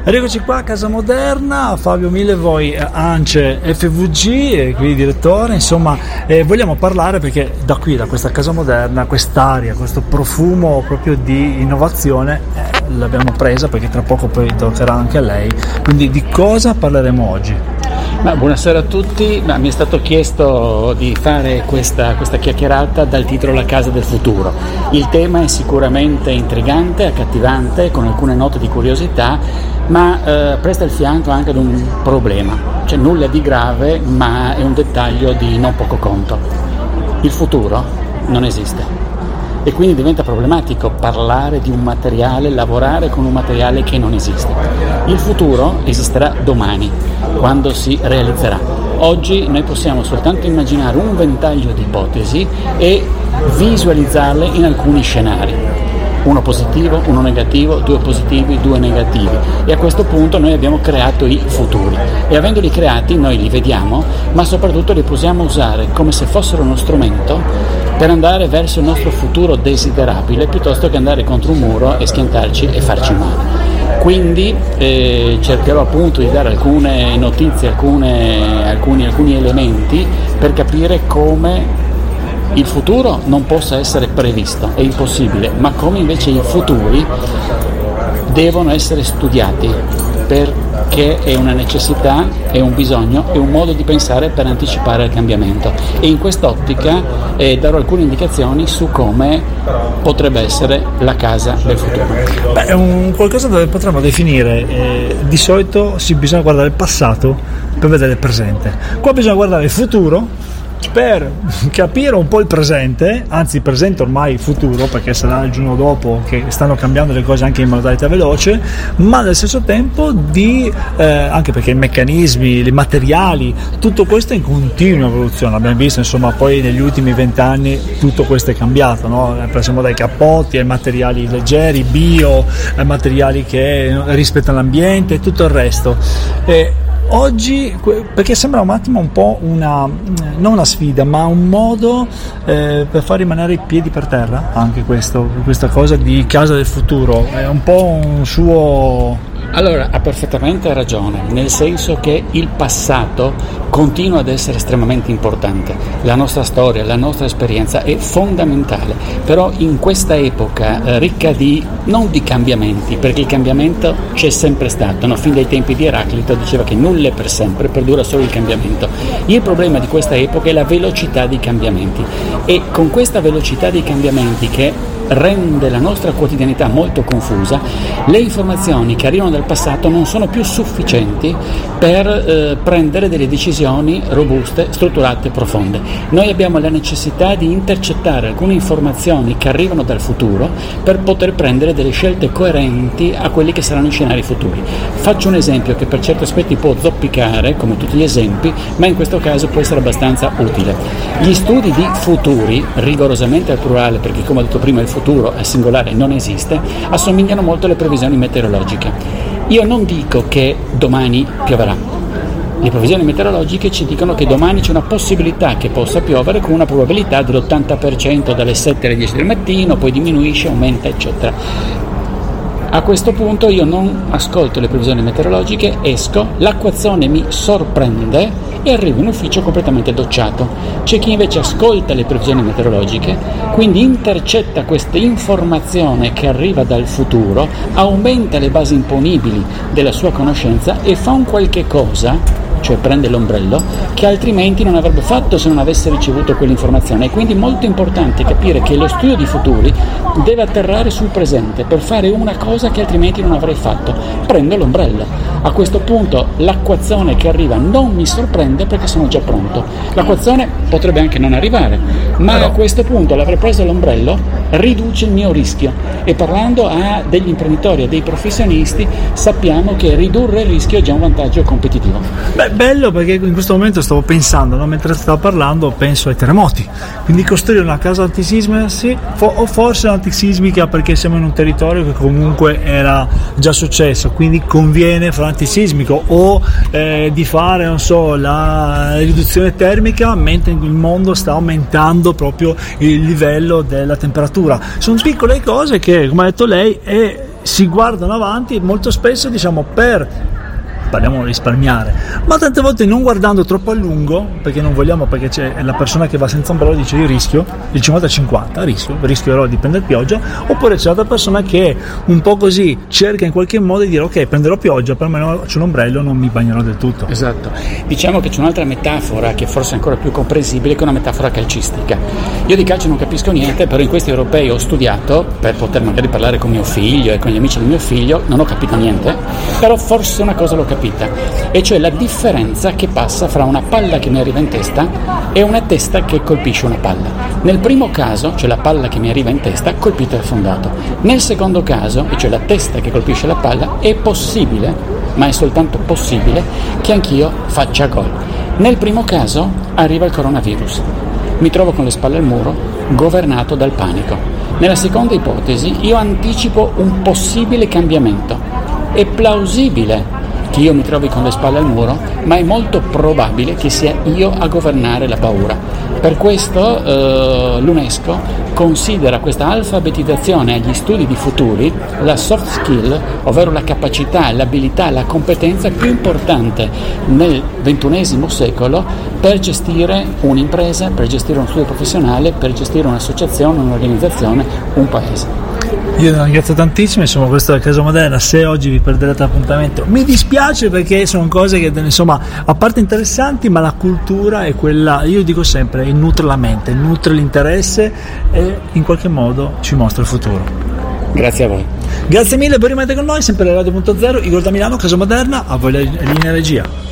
Eccoci qua a Casa Moderna, Fabio Millevoi, ANCE FVG, qui direttore, insomma vogliamo parlare perché da qui, da questa Casa Moderna, quest'aria, questo profumo proprio di innovazione l'abbiamo presa perché tra poco poi toccherà anche a lei, quindi di cosa parleremo oggi? Buonasera a tutti, mi è stato chiesto di fare questa chiacchierata dal titolo La casa del futuro. Il tema è sicuramente intrigante, accattivante, con alcune note di curiosità, ma presta il fianco anche ad un problema, cioè nulla di grave, ma è un dettaglio di non poco conto. Il futuro non esiste e quindi diventa problematico parlare di un materiale, lavorare con un materiale che non esiste. Il futuro esisterà domani, quando si realizzerà. Oggi noi possiamo soltanto immaginare un ventaglio di ipotesi e visualizzarle in alcuni scenari. Uno positivo, uno negativo, due positivi, due negativi, e a questo punto noi abbiamo creato i futuri e avendoli creati noi li vediamo, ma soprattutto li possiamo usare come se fossero uno strumento per andare verso il nostro futuro desiderabile, piuttosto che andare contro un muro e schiantarci e farci male. Quindi cercherò appunto di dare alcune notizie, alcuni elementi per capire come il futuro non possa essere previsto, è impossibile, ma come invece i futuri devono essere studiati perché è una necessità, è un bisogno, è un modo di pensare per anticipare il cambiamento, e in quest'ottica darò alcune indicazioni su come potrebbe essere la casa del futuro. È un qualcosa dove potremmo definire di solito bisogna guardare il passato per vedere il presente, qua bisogna guardare il futuro per capire un po' il presente, anzi il presente ormai il futuro, perché sarà il giorno dopo che stanno cambiando le cose anche in modalità veloce, ma allo stesso tempo anche perché i meccanismi, i materiali, tutto questo è in continua evoluzione. Abbiamo visto insomma poi negli ultimi 20 anni tutto questo è cambiato, no? Passiamo dai cappotti ai materiali leggeri, bio, ai materiali che rispettano l'ambiente e tutto il resto. Oggi, perché sembra un attimo un po' non una sfida, ma un modo per far rimanere i piedi per terra, anche questa cosa di casa del futuro, è un po' un suo... Allora, ha perfettamente ragione, nel senso che il passato continua ad essere estremamente importante, la nostra storia, la nostra esperienza è fondamentale, però in questa epoca ricca non di cambiamenti, perché il cambiamento c'è sempre stato, no? Fin dai tempi di Eraclito diceva che nulla è per sempre, perdura solo il cambiamento. Il problema di questa epoca è la velocità dei cambiamenti, e con questa velocità dei cambiamenti che rende la nostra quotidianità molto confusa, le informazioni che arrivano dal passato non sono più sufficienti per prendere delle decisioni robuste, strutturate, profonde. Noi abbiamo la necessità di intercettare alcune informazioni che arrivano dal futuro per poter prendere delle scelte coerenti a quelli che saranno i scenari futuri. Faccio un esempio che per certi aspetti può zoppicare, come tutti gli esempi, ma in questo caso può essere abbastanza utile. Gli studi di futuri, rigorosamente al plurale, perché come ho detto prima il futuro al singolare non esiste, assomigliano molto alle previsioni meteorologiche. Io non dico che domani pioverà. Le previsioni meteorologiche ci dicono che domani c'è una possibilità che possa piovere con una probabilità dell'80% dalle 7 alle 10 del mattino, poi diminuisce, aumenta, eccetera. A questo punto io non ascolto le previsioni meteorologiche, esco, l'acquazzone mi sorprende e arrivo in ufficio completamente docciato. C'è chi invece ascolta le previsioni meteorologiche, quindi intercetta questa informazione che arriva dal futuro, aumenta le basi imponibili della sua conoscenza e fa un qualche cosa, cioè prende l'ombrello, che altrimenti non avrebbe fatto se non avesse ricevuto quell'informazione. E quindi è molto importante capire che lo studio di futuri deve atterrare sul presente per fare una cosa che altrimenti non avrei fatto. Prendo l'ombrello. A questo punto l'acquazzone che arriva non mi sorprende perché sono già pronto. L'acquazzone potrebbe anche non arrivare, ma a questo punto l'avrei preso l'ombrello riduce il mio rischio. E parlando a degli imprenditori, a dei professionisti, sappiamo che ridurre il rischio è già un vantaggio competitivo. Bello, perché in questo momento stavo pensando, no? Mentre stavo parlando penso ai terremoti, quindi costruire una casa antisismica sì, o forse antisismica perché siamo in un territorio che comunque era già successo, quindi conviene fare antisismico, o di fare non so una riduzione termica mentre il mondo sta aumentando proprio il livello della temperatura. Sono piccole cose che, come ha detto lei, si guardano avanti molto spesso, diciamo, parliamo di risparmiare, ma tante volte non guardando troppo a lungo, perché non vogliamo, perché c'è la persona che va senza ombrello e dice io rischio il 50-50, rischierò di prendere pioggia, oppure c'è l'altra persona che un po' così cerca in qualche modo di dire ok, prenderò pioggia, però almeno c'è un ombrello, non mi bagnerò del tutto. Esatto, diciamo che c'è un'altra metafora che forse è ancora più comprensibile, che è una metafora calcistica. Io di calcio non capisco niente, però in questi europei ho studiato per poter magari parlare con mio figlio e con gli amici di mio figlio, non ho capito niente, però forse una cosa l'ho capita, e cioè la differenza che passa fra una palla che mi arriva in testa e una testa che colpisce una palla. Nel primo caso, cioè la palla che mi arriva in testa, colpito e affondato. Nel secondo caso, e cioè la testa che colpisce la palla, è possibile, ma è soltanto possibile, che anch'io faccia gol. Nel primo caso arriva il coronavirus, mi trovo con le spalle al muro, governato dal panico. Nella seconda ipotesi io anticipo un possibile cambiamento. È plausibile che io mi trovi con le spalle al muro, ma è molto probabile che sia io a governare la paura. Per questo l'UNESCO considera questa alfabetizzazione agli studi di futuri la soft skill, ovvero la capacità, l'abilità, la competenza più importante nel XXI secolo per gestire un'impresa, per gestire uno studio professionale, per gestire un'associazione, un'organizzazione, un paese. Io vi ringrazio tantissimo, insomma, questo è Casa Moderna. Se oggi vi perderete l'appuntamento mi dispiace, perché sono cose che, insomma, a parte interessanti, ma la cultura è quella, io dico sempre, nutre la mente, nutre l'interesse e in qualche modo ci mostra il futuro. Grazie a voi. Grazie mille per rimanere con noi, sempre Radio.0, Igor da Milano, Casa Moderna, a voi la linea regia.